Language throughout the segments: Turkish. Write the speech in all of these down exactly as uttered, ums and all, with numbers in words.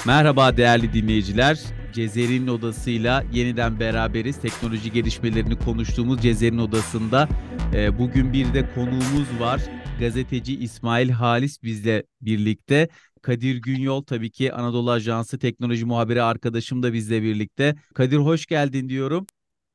Merhaba değerli dinleyiciler. Cezer'in odasıyla yeniden beraberiz. Teknoloji gelişmelerini konuştuğumuz Cezer'in odasında e, bugün bir de konuğumuz var. Gazeteci İsmail Halis bizle birlikte. Kadir Günyol tabii ki Anadolu Ajansı teknoloji muhabiri arkadaşım da bizle birlikte. Kadir hoş geldin diyorum.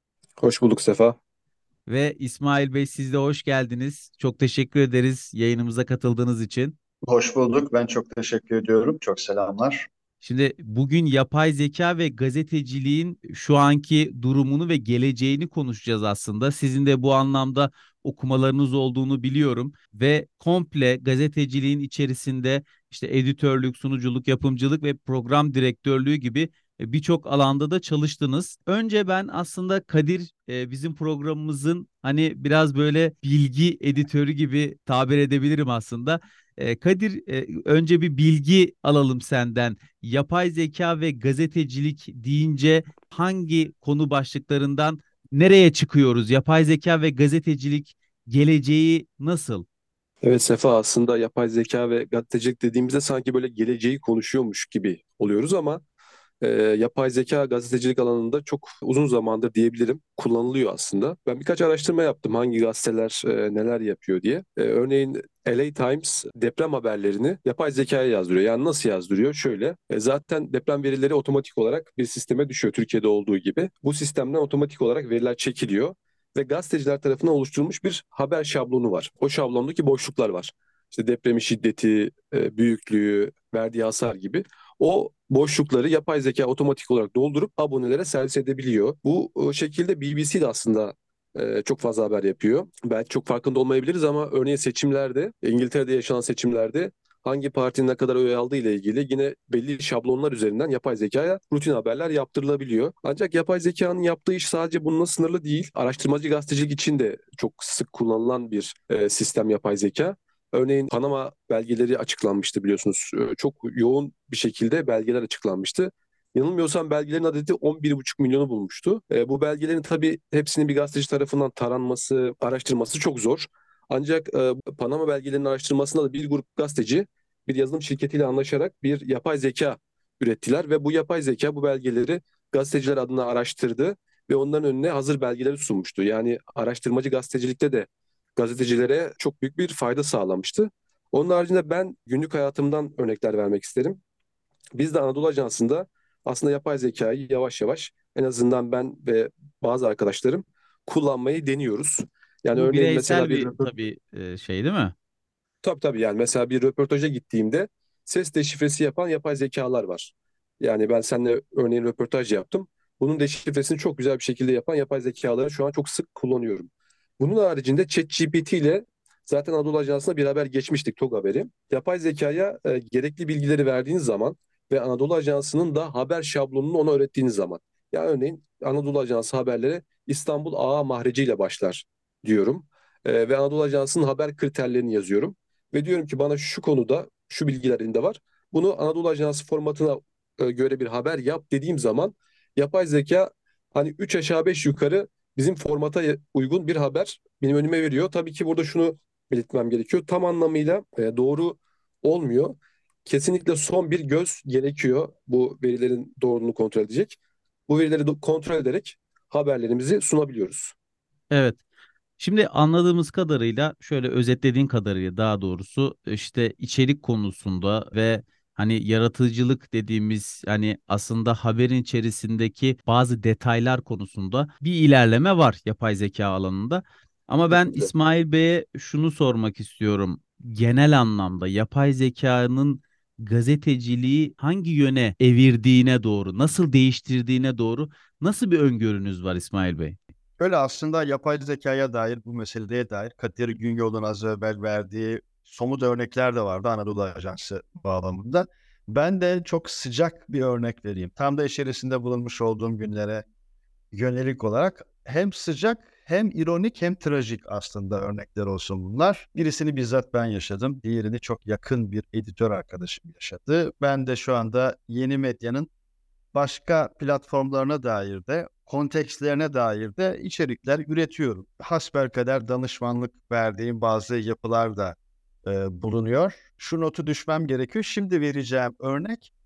Hoş bulduk Sefa. Ve İsmail Bey siz de hoş geldiniz. Çok teşekkür ederiz yayınımıza katıldığınız için. Hoş bulduk. Ben çok teşekkür ediyorum. Çok selamlar. Şimdi bugün yapay zeka ve gazeteciliğin şu anki durumunu ve geleceğini konuşacağız aslında. Sizin de bu anlamda okumalarınız olduğunu biliyorum ve komple gazeteciliğin içerisinde işte editörlük, sunuculuk, yapımcılık ve program direktörlüğü gibi e, birçok alanda da çalıştınız. Önce ben aslında Kadir e, bizim programımızın hani biraz böyle bilgi editörü gibi tabir edebilirim aslında. E, Kadir, e, önce bir bilgi alalım senden. Yapay zeka ve gazetecilik deyince hangi konu başlıklarından nereye çıkıyoruz? Yapay zeka ve gazetecilik geleceği nasıl? Evet Sefa, aslında yapay zeka ve gazetecilik dediğimizde sanki böyle geleceği konuşuyormuş gibi oluyoruz ama e, yapay zeka gazetecilik alanında çok uzun zamandır diyebilirim kullanılıyor aslında. Ben birkaç araştırma yaptım hangi gazeteler e, neler yapıyor diye. E, örneğin L A Times deprem haberlerini yapay zekaya yazdırıyor. Yani nasıl yazdırıyor? Şöyle, e, zaten deprem verileri otomatik olarak bir sisteme düşüyor Türkiye'de olduğu gibi. Bu sistemden otomatik olarak veriler çekiliyor ve gazeteciler tarafından oluşturulmuş bir haber şablonu var. O şablondaki boşluklar var. İşte depremin şiddeti, e, büyüklüğü, verdiği hasar gibi. O boşlukları yapay zeka otomatik olarak doldurup abonelere servis edebiliyor. Bu o şekilde B B C de aslında e, çok fazla haber yapıyor. Belki çok farkında olmayabiliriz ama örneğin seçimlerde, İngiltere'de yaşanan seçimlerde hangi partinin ne kadar oy aldığı ile ilgili yine belli şablonlar üzerinden yapay zekaya rutin haberler yaptırılabiliyor. Ancak yapay zekanın yaptığı iş sadece bununla sınırlı değil. Araştırmacı gazetecilik için de çok sık kullanılan bir e, sistem yapay zeka. Örneğin Panama belgeleri açıklanmıştı biliyorsunuz. E, Çok yoğun bir şekilde belgeler açıklanmıştı. Yanılmıyorsam belgelerin adedi on bir buçuk milyonu bulmuştu. E, bu belgelerin tabii hepsinin bir gazeteci tarafından taranması, araştırması çok zor. Ancak e, Panama belgelerinin araştırmasında da bir grup gazeteci bir yazılım şirketiyle anlaşarak bir yapay zeka ürettiler ve bu yapay zeka bu belgeleri gazeteciler adına araştırdı ve onların önüne hazır belgeleri sunmuştu. Yani araştırmacı gazetecilikte de gazetecilere çok büyük bir fayda sağlamıştı. Onun haricinde ben günlük hayatımdan örnekler vermek isterim. Biz de Anadolu Ajansı'nda aslında yapay zekayı yavaş yavaş en azından ben ve bazı arkadaşlarım kullanmayı deniyoruz. Yani Bu örneğin bireysel mesela bir bir röport tabii e, şey değil mi? tabii tabii yani mesela bir röportaja gittiğimde ses deşifresi yapan yapay zekalar var. Yani ben seninle örneğin röportaj yaptım. Bunun deşifresini çok güzel bir şekilde yapan yapay zekaları şu an çok sık kullanıyorum. Bunun haricinde ChatGPT ile zaten Anadolu Ajansı'na bir haber geçmiştik TOG haberi. Yapay zekaya e, gerekli bilgileri verdiğiniz zaman ve Anadolu Ajansı'nın da haber şablonunu ona öğrettiğiniz zaman. Ya örneğin Anadolu Ajansı haberlere İstanbul A A mahreciyle başlar diyorum. E, ve Anadolu Ajansı'nın haber kriterlerini yazıyorum. Ve diyorum ki bana şu konuda şu bilgilerinde var. Bunu Anadolu Ajansı formatına e, göre bir haber yap dediğim zaman yapay zeka hani üç aşağı beş yukarı bizim formata uygun bir haber benim önüme veriyor. Tabii ki burada şunu belirtmem gerekiyor. Tam anlamıyla e, doğru olmuyor. Kesinlikle son bir göz gerekiyor bu verilerin doğruluğunu kontrol edecek. Bu verileri do- kontrol ederek haberlerimizi sunabiliyoruz. Evet. Şimdi anladığımız kadarıyla şöyle özetlediğin kadarıyla daha doğrusu işte içerik konusunda ve hani yaratıcılık dediğimiz hani aslında haberin içerisindeki bazı detaylar konusunda bir ilerleme var yapay zeka alanında. Ama ben Kesinlikle. İsmail Bey'e şunu sormak istiyorum. Genel anlamda yapay zekanın gazeteciliği hangi yöne evirdiğine doğru, nasıl değiştirdiğine doğru nasıl bir öngörünüz var İsmail Bey? Öyle aslında yapay zekaya dair, bu meseleye dair Kadir Günyol'un az evvel verdiği somut örnekler de vardı Anadolu Ajansı bağlamında. Ben de çok sıcak bir örnek vereyim. Tam da içerisinde bulunmuş olduğum günlere yönelik olarak hem sıcak hem ironik hem trajik aslında örnekler olsun bunlar. Birisini bizzat ben yaşadım. Diğerini çok yakın bir editör arkadaşım yaşadı. Ben de şu anda yeni medyanın başka platformlarına dair de, kontekstlerine dair de içerikler üretiyorum. Hasbelkader danışmanlık verdiğim bazı yapılar da e, bulunuyor. Şu notu düşmem gerekiyor. Şimdi vereceğim örnek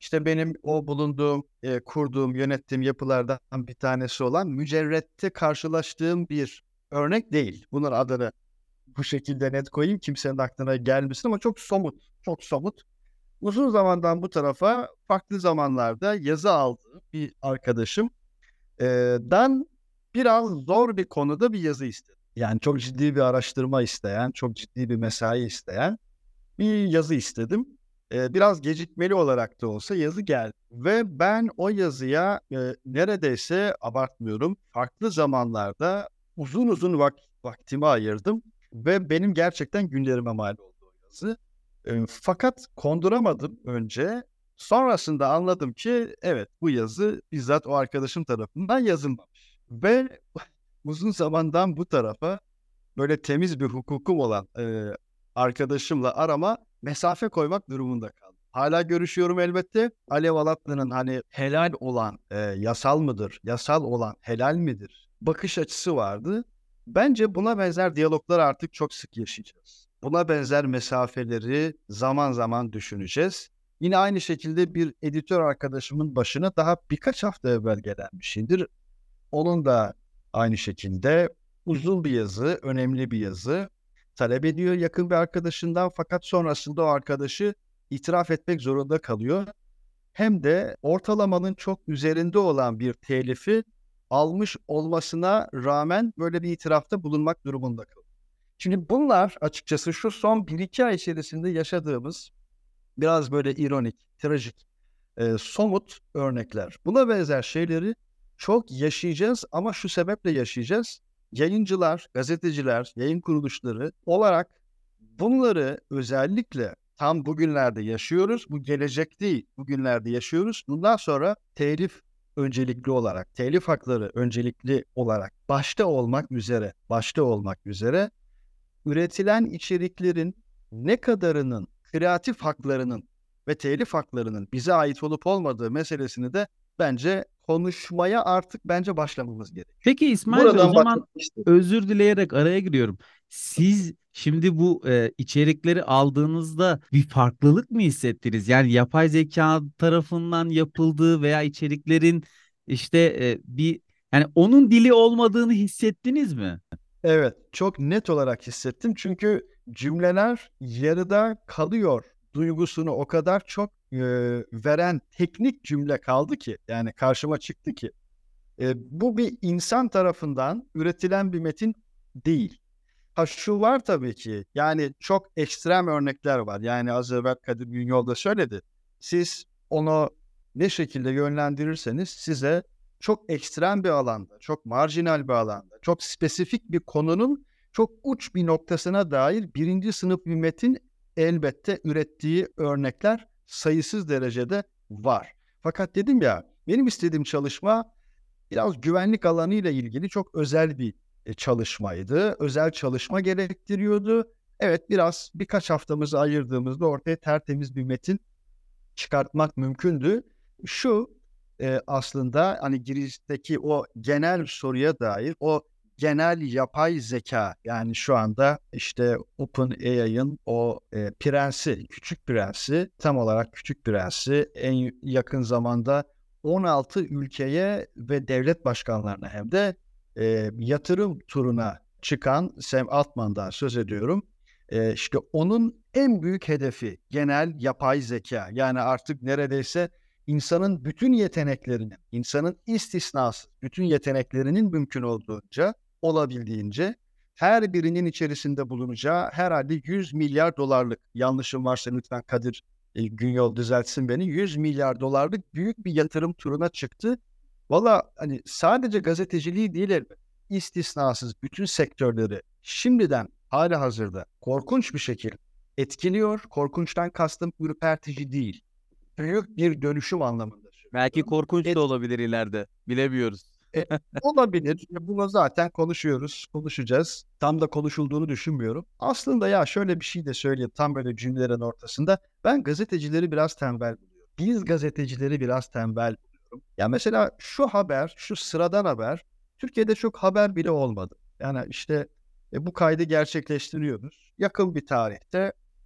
İşte benim o bulunduğum, e, kurduğum, yönettiğim yapılardan bir tanesi olan Mücerret'te karşılaştığım bir örnek değil. Bunun adını bu şekilde net koyayım, kimsenin aklına gelmesin ama çok somut, çok somut. Uzun zamandan bu tarafa farklı zamanlarda yazı aldığım bir arkadaşım eee, dan biraz zor bir konuda bir yazı istedim. Yani çok ciddi bir araştırma isteyen, çok ciddi bir mesai isteyen bir yazı istedim. Eee, biraz gecikmeli olarak da olsa yazı geldi ve ben o yazıya, eee, neredeyse abartmıyorum, farklı zamanlarda uzun uzun vak vaktimi ayırdım ve benim gerçekten günlerime mal oldu o yazı. Eee, fakat konduramadım önce. Sonrasında anladım ki evet, bu yazı bizzat o arkadaşım tarafından yazılmamış ve uzun zamandan bu tarafa böyle temiz bir hukukum olan, eee, arkadaşımla arama mesafe koymak durumunda kaldım. Hâlâ görüşüyorum elbette. Alev Alatlı'nın, hani, helal olan, eee, yasal mıdır, yasal olan helal midir bakış açısı vardı. Bence buna benzer diyalogları artık çok sık yaşayacağız. Buna benzer mesafeleri zaman zaman düşüneceğiz. Yine aynı şekilde bir editör arkadaşımın başına daha birkaç hafta evvel gelen bir şeydir. Onun da aynı şekilde uzun bir yazı, önemli bir yazı talep ediyor yakın bir arkadaşından fakat sonrasında o arkadaşı itiraf etmek zorunda kalıyor. Hem de ortalamanın çok üzerinde olan bir telifi almış olmasına rağmen böyle bir itirafta bulunmak durumunda kalıyor. Şimdi bunlar açıkçası şu son bir iki ay içerisinde yaşadığımız biraz böyle ironik, trajik, eee, somut örnekler. Buna benzer şeyleri çok yaşayacağız ama şu sebeple yaşayacağız. Yayıncılar, gazeteciler, yayın kuruluşları olarak bunları özellikle tam bugünlerde yaşıyoruz. Bu gelecek değil, bugünlerde yaşıyoruz. Bundan sonra telif öncelikli olarak, telif hakları öncelikli olarak başta olmak üzere, başta olmak üzere üretilen içeriklerin ne kadarının kreatif haklarının ve telif haklarının bize ait olup olmadığı meselesini de bence konuşmaya artık bence başlamamız gerekiyor. Peki İsmail Bey, o Buradan zaman bakmak istedim. özür dileyerek araya giriyorum. Siz şimdi bu e, içerikleri aldığınızda bir farklılık mı hissettiniz? Yani yapay zeka tarafından yapıldığı veya içeriklerin işte e, bir yani onun dili olmadığını hissettiniz mi? Evet, çok net olarak hissettim. Çünkü cümleler yarıda kalıyor duygusunu o kadar çok, eee, veren teknik cümle kaldı ki, yani karşıma çıktı ki. Eee, bu bir insan tarafından üretilen bir metin değil. Ha, şu var tabii ki, yani çok ekstrem örnekler var. Yani az evvel Kadir Günyol da söyledi. Siz onu ne şekilde yönlendirirseniz size çok ekstrem bir alanda, çok marjinal bir alanda, çok spesifik bir konunun çok uç bir noktasına dair birinci sınıf bir metin elbette ürettiği örnekler sayısız derecede var. Fakat dedim ya, benim istediğim çalışma biraz güvenlik alanıyla ilgili çok özel bir, eee, çalışmaydı. Özel çalışma gerektiriyordu. Evet, biraz birkaç haftamızı ayırdığımızda ortaya tertemiz bir metin çıkartmak mümkündü. Şu, eee, aslında, hani, girişteki o genel soruya dair o genel yapay zeka yani, şu anda, işte, OpenAI'ın o, eee, prensi, küçük prensi, tam olarak küçük prensi en yakın zamanda on altı ülkeye ve devlet başkanlarına hem de, eee, yatırım turuna çıkan Sam Altman'dan söz ediyorum. Eee, işte, onun en büyük hedefi genel yapay zeka. Yani, artık neredeyse insanın bütün yeteneklerinin, insanın istisnasız bütün yeteneklerinin mümkün olduğunca, olabildiğince her birinin içerisinde bulunacağı herhâlde yüz milyar dolarlık, yanlışım varsa lütfen Kadir, eee, Günyol düzeltsin beni, yüz milyar dolarlık büyük bir yatırım turuna çıktı. Valla, hani, sadece gazeteciliği değil elbet, istisnasız bütün sektörleri şimdiden hâlihazırda korkunç bir şekilde etkiliyor. Korkunçtan kastım ürpertici değil. Büyük bir dönüşüm anlamında Belki söylüyorum. korkunç Et da olabilir ileride. Bilemiyoruz. e, olabilir. E, Bunu zaten konuşuyoruz, konuşacağız. Tam da konuşulduğunu düşünmüyorum. Aslında ya şöyle bir şey de söyleyeyim tam böyle cümlelerin ortasında. Ben gazetecileri biraz tembel buluyorum. Biz gazetecileri biraz tembel buluyorum. Ya mesela şu haber, şu sıradan haber Türkiye'de çok haber bile olmadı. Yani işte e, bu kaydı gerçekleştiriyoruz. Yakın bir tarihte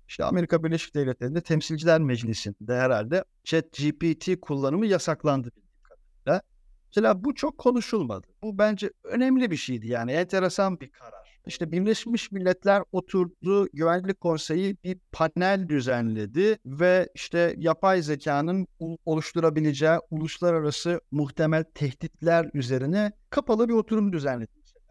İşte Amerika Birleşik Devletleri'nde Temsilciler Meclisi'nde herhalde ChatGPT kullanımı yasaklandı bildiğim kadarıyla. Mesela bu çok konuşulmadı. Bu bence önemli bir şeydi, yani enteresan bir karar. İşte Birleşmiş Milletler oturdu, Güvenlik Konseyi bir panel düzenledi ve işte yapay zekanın u- oluşturabileceği uluslararası muhtemel tehditler üzerine kapalı bir oturum düzenledi.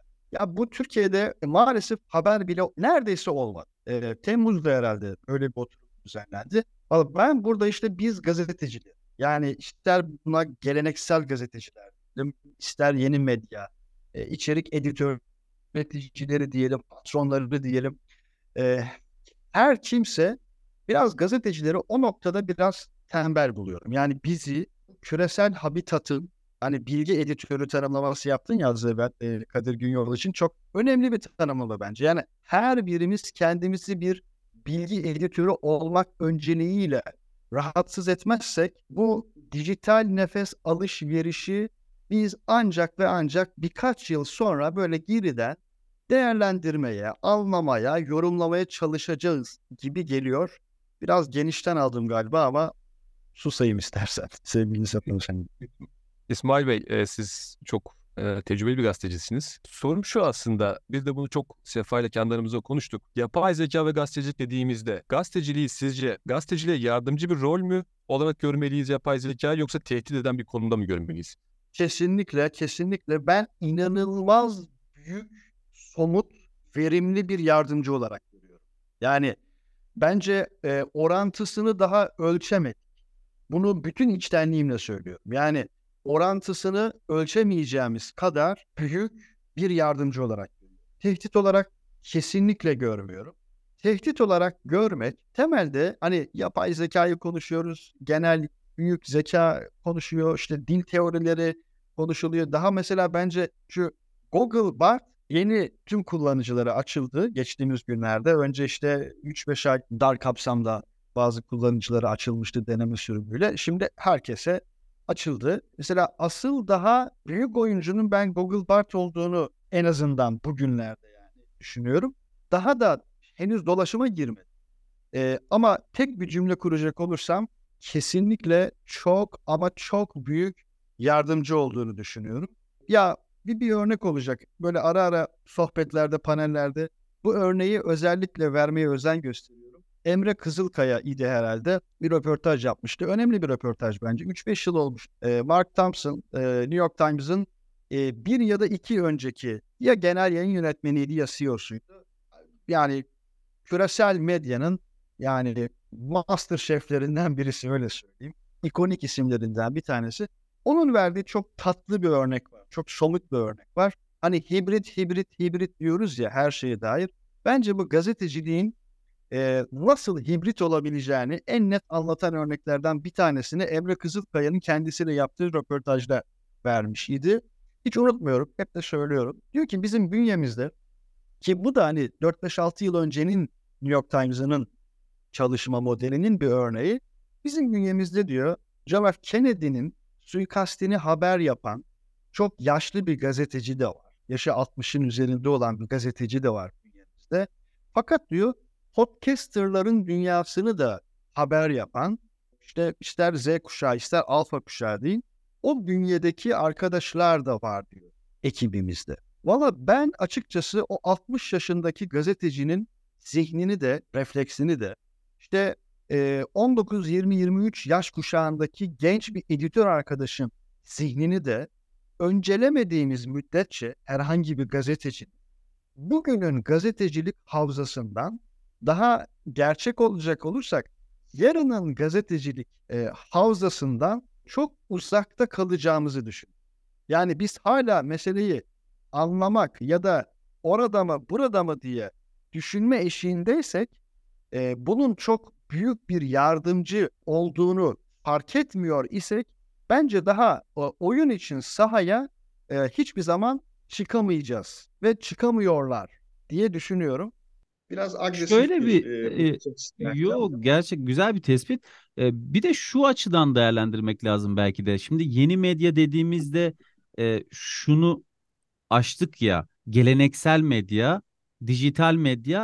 Ya bu Türkiye'de maalesef haber bile neredeyse olmadı. Eee, Temmuz'da herhalde öyle bir oturum düzenlendi. Valla ben burada işte biz gazeteciler, yani ister buna geleneksel gazeteciler diyelim, ister yeni medya, e, içerik editör üreticileri diyelim, patronları diyelim. Eee, her kimse biraz gazetecileri o noktada biraz tembel buluyorum. Yani bizi küresel habitatın, hani bilgi editörü tanımlaması yaptın ya az evvel eee, Kadir Günyol için çok önemli bir tanımlama bence. Yani her birimiz kendimizi bir bilgi editörü olmak önceliğiyle rahatsız etmezsek bu dijital nefes alışverişi biz ancak ve ancak birkaç yıl sonra böyle geriden değerlendirmeye, anlamaya, yorumlamaya çalışacağız gibi geliyor. Biraz genişten aldım galiba ama susayım istersen sevgili Sapın. İsmail Bey, e, siz çok e, tecrübeli bir gazetecisiniz. Sorum şu aslında, biz de bunu çok Sefa ile kendi aramızda konuştuk. Yapay zeka ve gazetecilik dediğimizde gazeteciliği sizce gazeteciliğe yardımcı bir rol mü olarak görmeliyiz yapay zeka yoksa tehdit eden bir konumda mı görmeliyiz? Kesinlikle, kesinlikle ben inanılmaz büyük, somut, verimli bir yardımcı olarak görüyorum. Yani bence e, orantısını daha ölçemedik. Bunu bütün içtenliğimle söylüyorum. Yani orantısını ölçemeyeceğimiz kadar büyük bir yardımcı olarak görüyorum. Tehdit olarak kesinlikle görmüyorum. Tehdit olarak görmek temelde hani yapay zekayı konuşuyoruz, genel büyük zeka konuşuyor, işte dil teorileri konuşuluyor. Daha mesela bence şu Google Bard yeni tüm kullanıcılara açıldı geçtiğimiz günlerde. Önce işte üç beş ay dar kapsamda bazı kullanıcılara açılmıştı deneme sürümüyle. Şimdi herkese açıldı. Mesela asıl daha büyük oyuncunun ben Google Bard olduğunu en azından bugünlerde yani düşünüyorum. Daha da henüz dolaşıma girmedi. Ee, ama tek bir cümle kuracak olursam kesinlikle çok ama çok büyük yardımcı olduğunu düşünüyorum. Ya bir, bir örnek olacak. Böyle ara ara sohbetlerde, panellerde bu örneği özellikle vermeye özen gösteriyorum. Emre Kızılkaya idi herhalde. Bir röportaj yapmıştı. Önemli bir röportaj bence. üç beş yıl olmuş. Ee, Mark Thompson, e, New York Times'ın e, bir ya da iki önceki ya genel yayın yönetmeniydi ya C E O'suydu. Yani küresel medyanın yani master şeflerinden birisi, öyle söyleyeyim. İkonik isimlerinden bir tanesi. Onun verdiği çok tatlı bir örnek var. Çok somut bir örnek var. Hani hibrit, hibrit, hibrit diyoruz ya her şeye dair. Bence bu gazeteciliğin e, nasıl hibrit olabileceğini en net anlatan örneklerden bir tanesini Emre Kızılkaya'nın kendisiyle yaptığı röportajda vermiş idi. Hiç unutmuyorum, hep de söylüyorum. Diyor ki bizim bünyemizde, ki bu da hani dört beş altı yıl öncenin New York Times'ının çalışma modelinin bir örneği. Bizim bünyemizde diyor John F. Kennedy'nin suikastini haber yapan çok yaşlı bir gazeteci de var. Yaşı altmışın üzerinde olan bir gazeteci de var bünyemizde. Fakat diyor podcasterların dünyasını da haber yapan, işte ister Z kuşağı ister alfa kuşağı değil, o bünyedeki arkadaşlar da var diyor ekibimizde. Valla ben açıkçası o altmış yaşındaki gazetecinin zihnini de, refleksini de, işte e, on dokuz yirmi yirmi üç yaş kuşağındaki genç bir editör arkadaşın zihnini de öncelemediğimiz müddetçe herhangi bir gazeteci bugünün gazetecilik havzasından daha gerçek olacak olursak yarının gazetecilik e, havzasından çok uzakta kalacağımızı düşün. Yani biz hala meseleyi anlamak ya da orada mı burada mı diye düşünme eşiğindeysek e, bunun çok büyük bir yardımcı olduğunu fark etmiyor isek bence daha o, oyun için sahaya e, hiçbir zaman çıkamayacağız ve çıkamıyorlar diye düşünüyorum. Biraz agresif Şöyle bir bir e, e, bakış açısı belki ama. yo gerçek güzel bir tespit. E, bir de şu açıdan değerlendirmek lazım belki de. Şimdi yeni medya dediğimizde e, şunu açtık ya, geleneksel medya, dijital medya,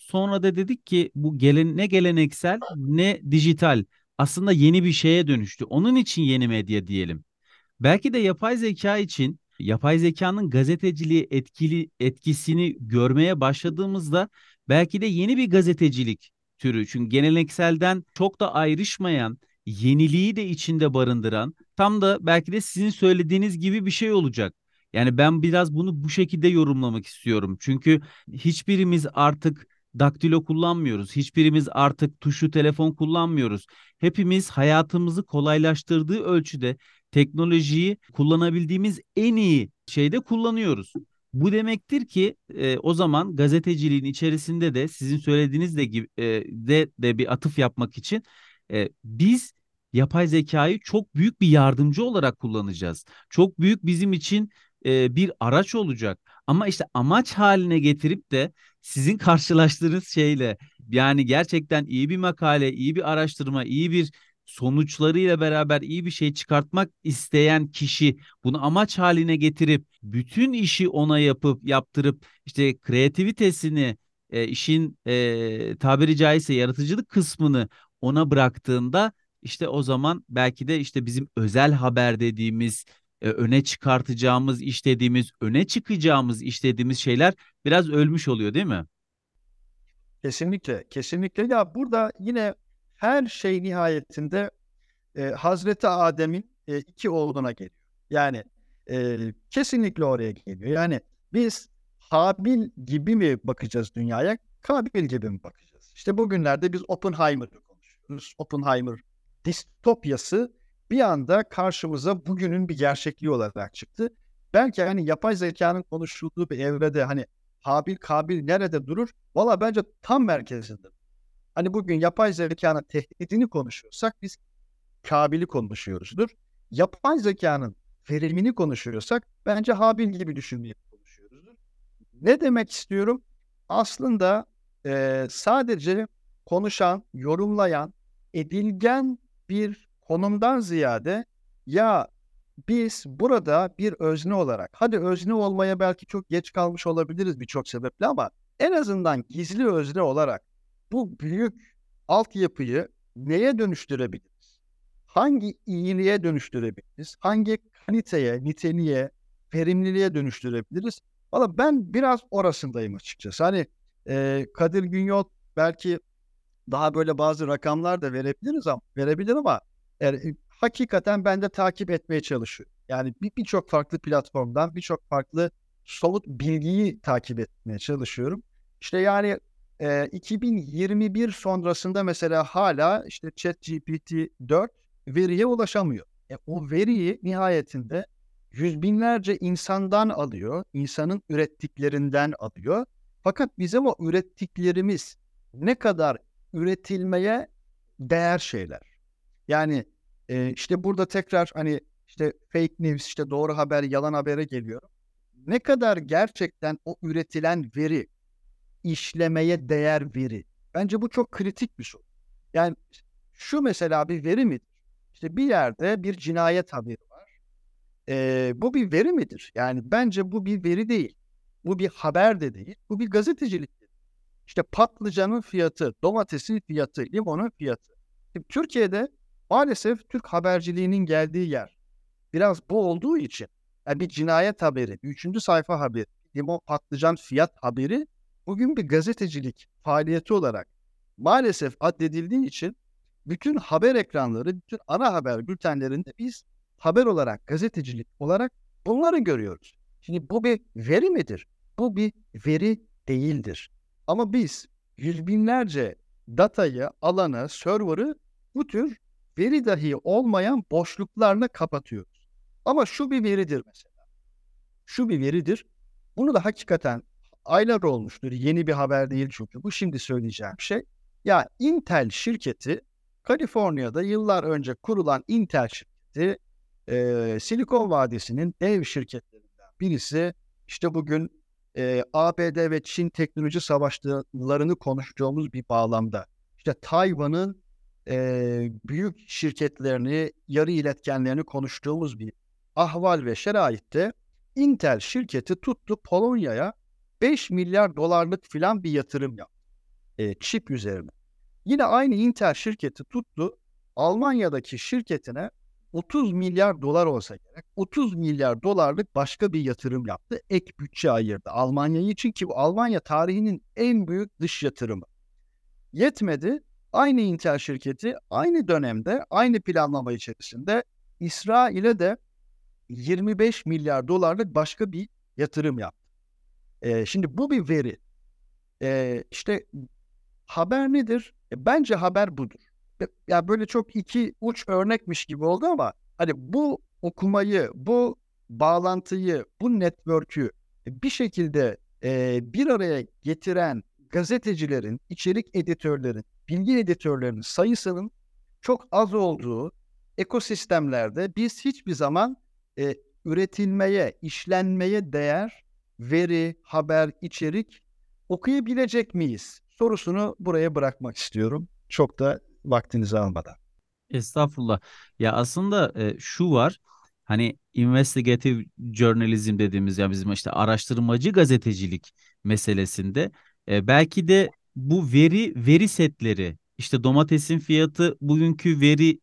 Sonra da dedik ki bu gelen, ne geleneksel ne dijital aslında yeni bir şeye dönüştü. Onun için yeni medya diyelim. Belki de yapay zeka için yapay zekanın gazeteciliği etkili etkisini görmeye başladığımızda belki de yeni bir gazetecilik türü. Çünkü gelenekselden çok da ayrışmayan, yeniliği de içinde barındıran, tam da belki de sizin söylediğiniz gibi bir şey olacak. Yani ben biraz bunu bu şekilde yorumlamak istiyorum. Çünkü hiçbirimiz artık daktilo kullanmıyoruz. Hiçbirimiz artık tuşlu telefon kullanmıyoruz. Hepimiz hayatımızı kolaylaştırdığı ölçüde teknolojiyi kullanabildiğimiz en iyi şeyde kullanıyoruz. Bu demektir ki e, o zaman gazeteciliğin içerisinde de sizin söylediğiniz de gibi e, de de bir atıf yapmak için e, biz yapay zekayı çok büyük bir yardımcı olarak kullanacağız. Çok büyük bizim için e, bir araç olacak. Ama işte amaç haline getirip de sizin karşılaştığınız şeyle, yani gerçekten iyi bir makale, iyi bir araştırma, iyi bir sonuçlarıyla beraber iyi bir şey çıkartmak isteyen kişi bunu amaç haline getirip bütün işi ona yapıp yaptırıp işte kreativitesini, e, işin e, tabiri caizse yaratıcılık kısmını ona bıraktığında işte o zaman belki de işte bizim özel haber dediğimiz, e, öne çıkartacağımız iş dediğimiz, öne çıkacağımız iş dediğimiz şeyler biraz ölmüş oluyor, değil mi? Kesinlikle, kesinlikle. Ya burada yine her şey nihayetinde e, Hazreti Adem'in e, iki oğluna geliyor. Yani e, kesinlikle oraya geliyor. Yani biz Habil gibi mi bakacağız dünyaya, Kabil gibi mi bakacağız? İşte bugünlerde biz Oppenheimer'ı konuşuyoruz. Oppenheimer distopyası bir anda karşımıza bugünün bir gerçekliği olarak çıktı. Belki hani yapay zekanın konuşulduğu bir evrede hani Habil Kabil nerede durur? Valla bence tam merkezinde. Hani bugün yapay zekanın tehdidini konuşuyorsak biz Kabil'i konuşuyoruzdur. Yapay zekanın verimini konuşuyorsak bence Habil gibi düşünmeyi konuşuyoruzdur. Ne demek istiyorum? Aslında e, sadece konuşan, yorumlayan, edilgen bir konumdan ziyade ya biz burada bir özne olarak, hadi özne olmaya belki çok geç kalmış olabiliriz birçok sebeple ama en azından gizli özne olarak bu büyük altyapıyı neye dönüştürebiliriz? Hangi iyiliğe dönüştürebiliriz? Hangi kaliteye, niteliğe, verimliliğe dönüştürebiliriz? Valla ben biraz orasındayım açıkçası. Hani e, Kadir Günyol belki daha böyle bazı rakamlar da verebiliriz ama verebilir ama yani, hakikaten ben de takip etmeye çalışıyorum. Yani bir birçok farklı platformdan birçok farklı somut bilgiyi takip etmeye çalışıyorum. İşte yani e, iki bin yirmi bir sonrasında mesela hala işte ChatGPT dört veriye ulaşamıyor. E, o veriyi nihayetinde yüz binlerce insandan alıyor, insanın ürettiklerinden alıyor. Fakat bizim o ürettiklerimiz ne kadar üretilmeye değer şeyler. Yani e, işte burada tekrar hani işte fake news, işte doğru haber, yalan habere geliyor. Ne kadar gerçekten o üretilen veri, işlemeye değer veri. Bence bu çok kritik bir soru. Yani şu mesela bir veri midir? İşte bir yerde bir cinayet haberi var. E, bu bir veri midir? Yani bence bu bir veri değil. Bu bir haber de değil. Bu bir gazetecilik. İşte patlıcanın fiyatı, domatesin fiyatı, limonun fiyatı. Şimdi Türkiye'de maalesef Türk haberciliğinin geldiği yer biraz bu olduğu için yani bir cinayet haberi, bir üçüncü sayfa haberi, limon patlıcan fiyat haberi bugün bir gazetecilik faaliyeti olarak maalesef addedildiği için bütün haber ekranları, bütün ana haber bültenlerinde biz haber olarak, gazetecilik olarak bunları görüyoruz. Şimdi bu bir veri midir? Bu bir veri değildir. Ama biz yüz binlerce datayı, alanı, server'ı bu tür veri dahi olmayan boşluklarla kapatıyoruz. Ama şu bir veridir mesela. Şu bir veridir. Bunu da hakikaten aylar olmuştur. Yeni bir haber değil çünkü. Bu şimdi söyleyeceğim şey. Ya Intel şirketi, Kaliforniya'da yıllar önce kurulan Intel şirketi, e, Silikon Vadisi'nin dev şirketlerinden birisi. İşte bugün e, A B D ve Çin teknoloji savaşlarını konuştuğumuz bir bağlamda. İşte Tayvan'ın e, büyük şirketlerini, yarı iletkenlerini konuştuğumuz bir ahval ve şeraitte Intel şirketi tuttu Polonya'ya beş milyar dolarlık filan bir yatırım yaptı. e, çip üzerine. Yine aynı Intel şirketi tuttu, Almanya'daki şirketine otuz milyar dolar olsa gerek, otuz milyar dolarlık başka bir yatırım yaptı. Ek bütçe ayırdı Almanya için ki bu Almanya tarihinin en büyük dış yatırımı. Yetmedi. Aynı Intel şirketi aynı dönemde, aynı planlama içerisinde İsrail'e de yirmi beş milyar dolarlık başka bir yatırım yaptı. Ee, şimdi bu bir veri. Ee, işte haber nedir? E, bence haber budur. Ya yani böyle çok iki uç örnekmiş gibi oldu ama hani bu okumayı, bu bağlantıyı, bu network'ü bir şekilde e, bir araya getiren gazetecilerin, içerik editörlerin, bilgi editörlerinin sayısının çok az olduğu ekosistemlerde biz hiçbir zaman e, üretilmeye, işlenmeye değer veri, haber, içerik okuyabilecek miyiz sorusunu buraya bırakmak istiyorum. Çok da vaktinizi almadan. Estağfurullah. Ya aslında e, şu var. Hani investigative journalism dediğimiz ya bizim işte araştırmacı gazetecilik meselesinde e, belki de bu veri veri setleri işte domatesin fiyatı bugünkü veriyi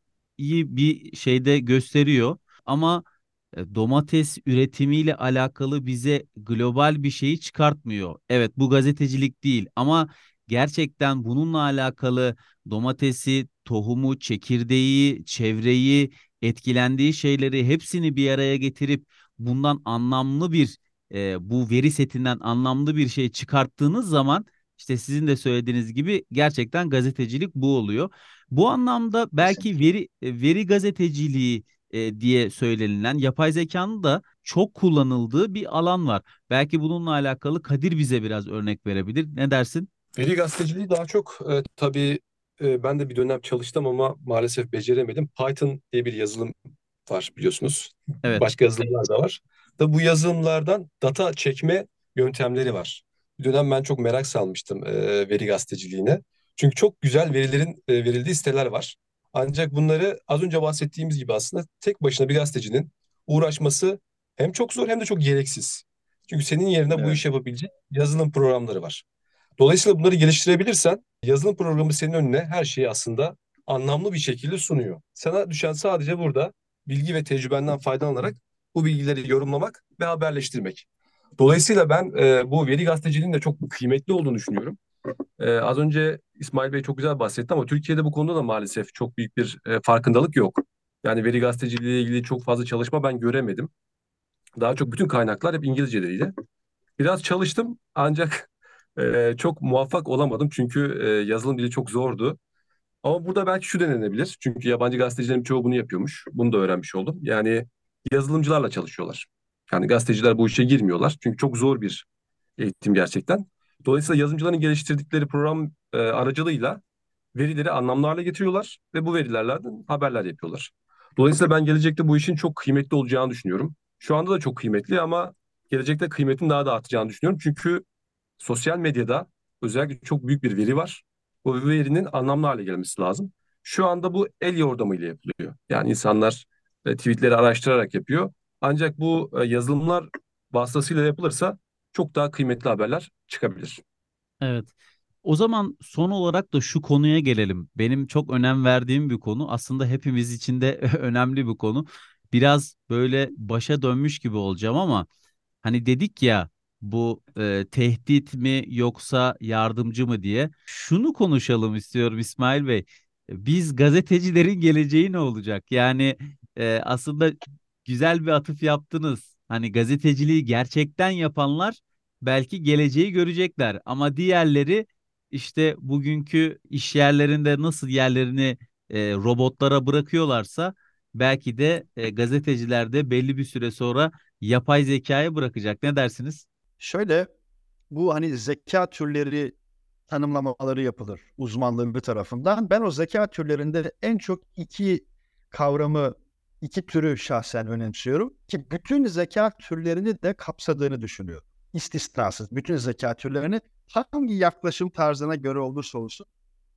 bir şeyde gösteriyor ama e, domates üretimiyle alakalı bize global bir şeyi çıkartmıyor. Evet, bu gazetecilik değil ama gerçekten bununla alakalı domatesi, tohumu, çekirdeği, çevreyi, etkilendiği şeyleri hepsini bir araya getirip bundan anlamlı bir e, bu veri setinden anlamlı bir şey çıkarttığınız zaman işte sizin de söylediğiniz gibi gerçekten gazetecilik bu oluyor. Bu anlamda belki Kesinlikle. veri e, veri gazeteciliği e, diye söylenilen yapay zekanın da çok kullanıldığı bir alan var. Belki bununla alakalı Kadir bize biraz örnek verebilir. Ne dersin? Veri gazeteciliği daha çok e, tabii e, ben de bir dönem çalıştım ama maalesef beceremedim. Python diye bir yazılım var biliyorsunuz. Evet. Başka yazılımlar da var. Da bu yazılımlardan data çekme yöntemleri var. Bir dönem ben çok merak salmıştım e, veri gazeteciliğine. Çünkü çok güzel verilerin e, verildiği siteler var. Ancak bunları az önce bahsettiğimiz gibi aslında tek başına bir gazetecinin uğraşması hem çok zor hem de çok gereksiz. Çünkü senin yerine bu Evet. iş yapabilecek yazılım programları var. Dolayısıyla bunları geliştirebilirsen yazılım programı senin önüne her şeyi aslında anlamlı bir şekilde sunuyor. Sana düşen sadece burada bilgi ve tecrübenden faydalanarak bu bilgileri yorumlamak ve haberleştirmek. Dolayısıyla ben e, bu veri gazeteciliğinin de çok kıymetli olduğunu düşünüyorum. E, az önce İsmail Bey çok güzel bahsetti ama Türkiye'de bu konuda da maalesef çok büyük bir e, farkındalık yok. Yani veri gazeteciliği ile ilgili çok fazla çalışma ben göremedim. Daha çok bütün kaynaklar hep İngilizcedeydi. Biraz çalıştım ancak e, çok muvaffak olamadım çünkü e, yazılım dili çok zordu. Ama burada belki şu denenebilir. Çünkü yabancı gazetecilerin çoğu bunu yapıyormuş. Bunu da öğrenmiş oldum. Yani yazılımcılarla çalışıyorlar. Yani gazeteciler bu işe girmiyorlar. Çünkü çok zor bir eğitim gerçekten. Dolayısıyla yazılımcıların geliştirdikleri program e, aracılığıyla verileri anlamlı hale getiriyorlar ve bu verilerden haberler yapıyorlar. Dolayısıyla ben gelecekte bu işin çok kıymetli olacağını düşünüyorum. Şu anda da çok kıymetli ama gelecekte kıymetin daha da artacağını düşünüyorum. Çünkü sosyal medyada özellikle çok büyük bir veri var. Bu verinin anlamlı hale gelmesi lazım. Şu anda bu el yordamıyla yapılıyor. Yani insanlar e, tweetleri araştırarak yapıyor. Ancak bu e, yazılımlar vasıtasıyla yapılırsa çok daha kıymetli haberler çıkabilir. Evet. O zaman son olarak da şu konuya gelelim. Benim çok önem verdiğim bir konu. Aslında hepimiz için de önemli bir konu. Biraz böyle başa dönmüş gibi olacağım ama hani dedik ya bu e, tehdit mi yoksa yardımcı mı diye. Şunu konuşalım istiyorum İsmail Bey. Biz gazetecilerin geleceği ne olacak? Yani e, aslında güzel bir atıf yaptınız. Hani gazeteciliği gerçekten yapanlar belki geleceği görecekler ama diğerleri işte bugünkü iş yerlerinde nasıl yerlerini e, robotlara bırakıyorlarsa belki de e, gazeteciler de belli bir süre sonra yapay zekaya bırakacak. Ne dersiniz? Şöyle, bu hani zeka türleri tanımlamaları yapılır uzmanları tarafından. Ben o zeka türlerinde en çok iki kavramı, iki türü şahsen önemsiyorum ki bütün zeka türlerini de kapsadığını düşünüyorum. İstisnasız bütün zeka türlerini hangi yaklaşım tarzına göre olursa olsun.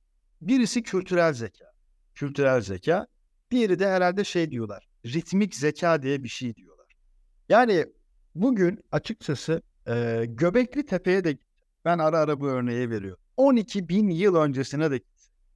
Birisi kültürel zeka. Kültürel zeka. Diğeri de herhalde şey diyorlar. Ritmik zeka diye bir şey diyorlar. Yani bugün açıkçası e, Göbekli Tepe'ye de ben ara ara bu örneği veriyorum. on iki bin yıl öncesine de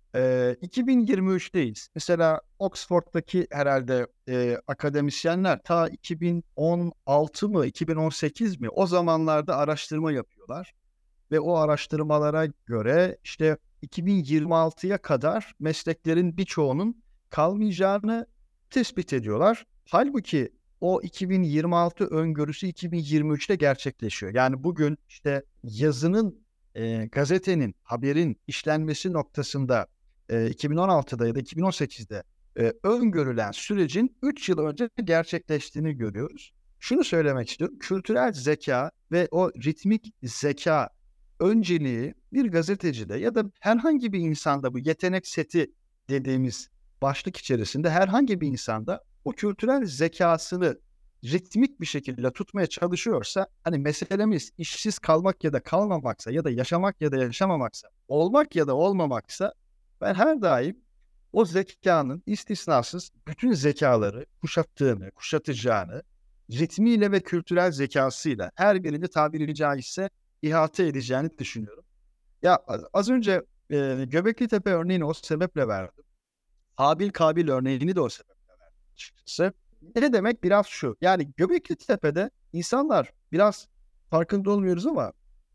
e, iki bin yirmi üçteyiz. Mesela Oxford'daki herhalde e, akademisyenler ta iki bin on altı mı iki bin on sekiz mi o zamanlarda araştırma yapıyorlar. Ve o araştırmalara göre işte iki bin yirmi altıya kadar mesleklerin birçoğunun kalmayacağını tespit ediyorlar. Halbuki o iki bin yirmi altı öngörüsü iki bin yirmi üçte gerçekleşiyor. Yani bugün işte yazının, e, gazetenin, haberin işlenmesi noktasında e, iki bin on altıda ya da iki bin on sekizde e, öngörülen sürecin üç yıl önce gerçekleştiğini görüyoruz. Şunu söylemek istiyorum. Kültürel zeka ve o ritmik zeka önceliği bir gazetecide ya da herhangi bir insanda, bu yetenek seti dediğimiz başlık içerisinde herhangi bir insanda o kültürel zekasını ritmik bir şekilde tutmaya çalışıyorsa, hani meselemiz işsiz kalmak ya da kalmamaksa ya da yaşamak ya da yaşamamaksa, olmak ya da olmamaksa, ben her daim o zekanın istisnasız bütün zekaları kuşattığını, kuşatacağını, ritmiyle ve kültürel zekasıyla her birini tabiri caizse ihate edeceğini düşünüyorum. Ya az önce e, Göbekli Tepe örneğini o sebeple verdim. Habil Kabil örneğini de o sebeple verdim açıkçası. Ne demek? Biraz şu. Yani Göbekli Tepe'de insanlar biraz farkında olmuyoruz ama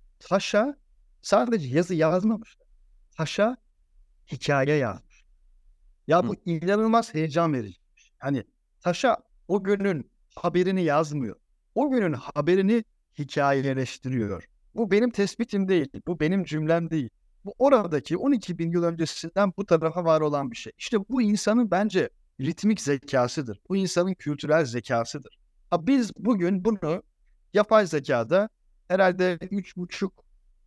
taşa sadece yazı yazmamışlar. Taşa hikaye yazmış. Ya bu Hı. inanılmaz heyecan verici. Hani taşa o günün haberini yazmıyor. O günün haberini hikayeleştiriyor. Bu benim tespitim değil. Bu benim cümlem değil. Bu oradaki on iki bin yıl öncesinden bu tarafa var olan bir şey. İşte bu insanın bence ritmik zekasıdır. Bu insanın kültürel zekasıdır. Ha, biz bugün bunu yapay zekada herhalde üç buçuk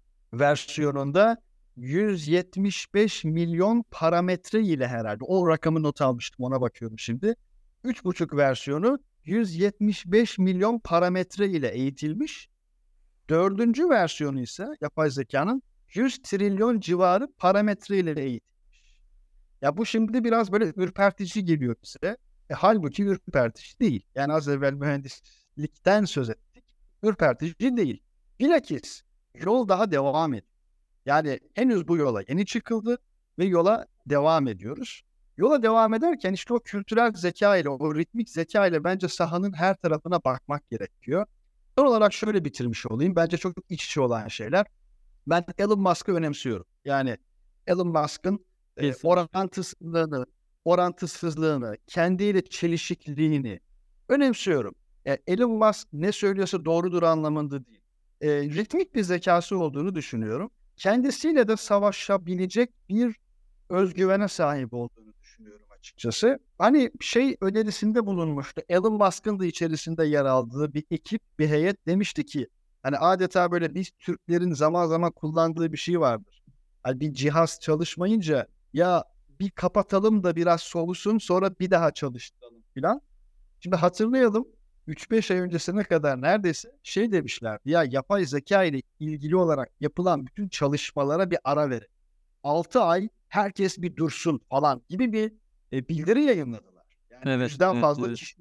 versiyonunda yüz yetmiş beş milyon parametre ile herhalde. O rakamı not almıştım, ona bakıyorum şimdi. üç buçuk versiyonu yüz yetmiş beş milyon parametre ile eğitilmiş. Dördüncü versiyonu ise yapay zekanın yüz trilyon civarı parametre ile eğitilmiş. Ya bu şimdi biraz böyle ürpertici geliyor bize. E, halbuki ürpertici değil. Yani az evvel mühendislikten söz ettik. Ürpertici değil. Bilakis yol daha devam ediyor. Yani henüz bu yola yeni çıkıldı ve yola devam ediyoruz. Yola devam ederken işte o kültürel zeka ile, o ritmik zeka ile bence sahanın her tarafına bakmak gerekiyor. Son olarak şöyle bitirmiş olayım. Bence çok iç içe olan şeyler. Ben Elon Musk'ı önemsiyorum. Yani Elon Musk'ın e, Kesin. orantısızlığını, orantısızlığını, kendiyle çelişikliğini önemsiyorum. E, Elon Musk ne söylüyorsa doğrudur anlamında değil. E, ritmik bir zekası olduğunu düşünüyorum. Kendisiyle de savaşabilecek bir özgüvene sahip olduğunu düşünüyorum açıkçası. Hani şey önerisinde bulunmuştu. Elon Musk'ın da içerisinde yer aldığı bir ekip, bir heyet demişti ki, hani adeta böyle biz Türklerin zaman zaman kullandığı bir şey vardır. Hani bir cihaz çalışmayınca ya bir kapatalım da biraz soğusun sonra bir daha çalıştıralım filan. Şimdi hatırlayalım, üç beş ay öncesine kadar neredeyse şey demişlerdi ya, yapay zeka ile ilgili olarak yapılan bütün çalışmalara bir ara verin. altı ay herkes bir dursun falan gibi bir e, bildiri yayınladılar. Yani Evet, yüzden evet, fazla evet. kişi.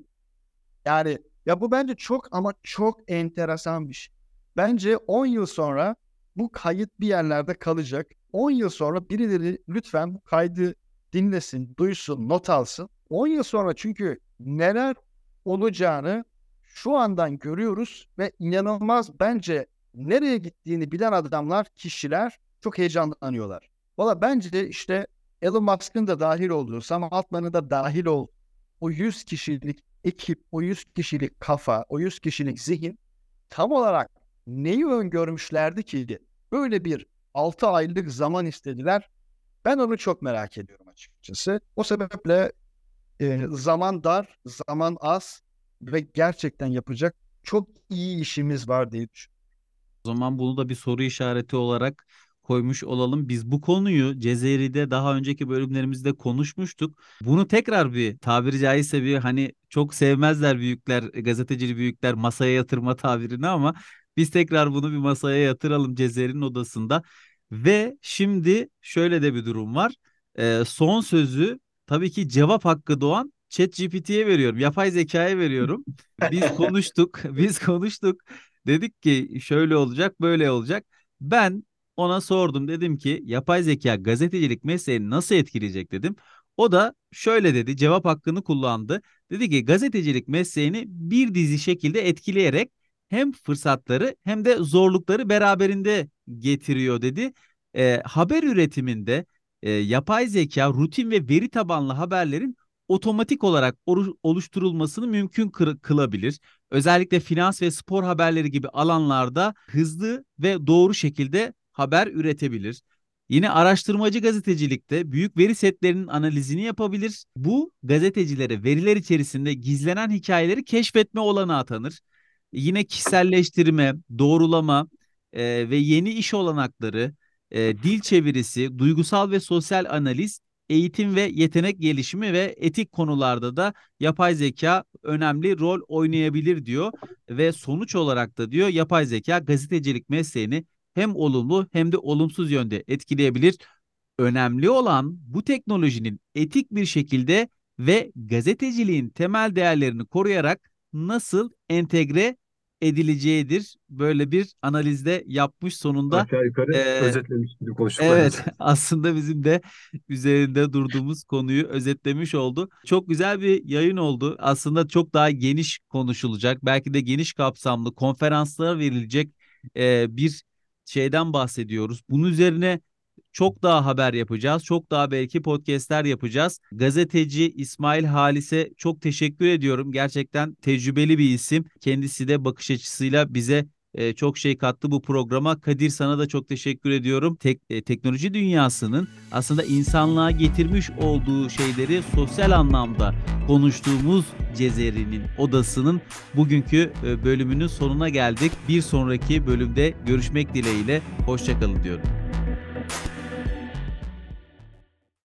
Yani ya bu bence çok ama çok enteresan bir şey. Bence on yıl sonra bu kayıt bir yerlerde kalacak. on yıl sonra birileri lütfen bu kaydı dinlesin, duysun, not alsın. on yıl sonra çünkü neler olacağını şu andan görüyoruz ve inanılmaz, bence nereye gittiğini bilen adamlar, kişiler çok heyecanlanıyorlar. Valla bence de işte Elon Musk'ın da dahil olduğu, Sam Altman'ın da dahil olduğu o yüz kişilik ekip, o yüz kişilik kafa, o yüz kişilik zihin tam olarak neyi öngörmüşlerdi ki böyle bir altı aylık zaman istediler? Ben onu çok merak ediyorum açıkçası. O sebeple e, zaman dar, zaman az ve gerçekten yapacak çok iyi işimiz var diye düşünüyorum. O zaman bunu da bir soru işareti olarak koymuş olalım. Biz bu konuyu Cezeri'de daha önceki bölümlerimizde konuşmuştuk. Bunu tekrar bir, tabiri caizse, bir, hani çok sevmezler büyükler, gazetecilik büyükler masaya yatırma tabirini, ama biz tekrar bunu bir masaya yatıralım Cezeri'nin odasında. Ve şimdi şöyle de bir durum var. Ee, son sözü tabii ki cevap hakkı doğan ChatGPT'ye veriyorum. Yapay zekaya veriyorum. Biz konuştuk, biz konuştuk. Dedik ki şöyle olacak, böyle olacak. Ben ona sordum, dedim ki yapay zeka gazetecilik mesleğini nasıl etkileyecek dedim. O da şöyle dedi, cevap hakkını kullandı. Dedi ki gazetecilik mesleğini bir dizi şekilde etkileyerek hem fırsatları hem de zorlukları beraberinde getiriyor dedi. E, haber üretiminde e, yapay zeka rutin ve veri tabanlı haberlerin otomatik olarak oru- oluşturulmasını mümkün kır- kılabilir. Özellikle finans ve spor haberleri gibi alanlarda hızlı ve doğru şekilde haber üretebilir. Yine araştırmacı gazetecilikte büyük veri setlerinin analizini yapabilir. Bu gazetecilere veriler içerisinde gizlenen hikayeleri keşfetme olanağı tanır. Yine kişiselleştirme, doğrulama e, ve yeni iş olanakları, e, dil çevirisi, duygusal ve sosyal analiz, eğitim ve yetenek gelişimi ve etik konularda da yapay zeka önemli rol oynayabilir diyor. Ve sonuç olarak da diyor yapay zeka gazetecilik mesleğini hem olumlu hem de olumsuz yönde etkileyebilir. Önemli olan bu teknolojinin etik bir şekilde ve gazeteciliğin temel değerlerini koruyarak nasıl entegre edileceğidir. Böyle bir analizde yapmış sonunda. Aşağı yukarı Ee, özetlemiş gibi konuştuk. Evet, aslında bizim de üzerinde durduğumuz konuyu özetlemiş oldu. Çok güzel bir yayın oldu. Aslında çok daha geniş konuşulacak, belki de geniş kapsamlı konferanslara verilecek e, bir şeyden bahsediyoruz. Bunun üzerine çok daha haber yapacağız. Çok daha belki podcastler yapacağız. Gazeteci İsmail Halis'e çok teşekkür ediyorum. Gerçekten tecrübeli bir isim. Kendisi de bakış açısıyla bize e, çok şey kattı bu programa. Kadir, sana da çok teşekkür ediyorum. Tek, e, teknoloji dünyasının aslında insanlığa getirmiş olduğu şeyleri sosyal anlamda konuştuğumuz Cezeri'nin odasının bugünkü e, bölümünün sonuna geldik. Bir sonraki bölümde görüşmek dileğiyle. Hoşça kalın diyorum.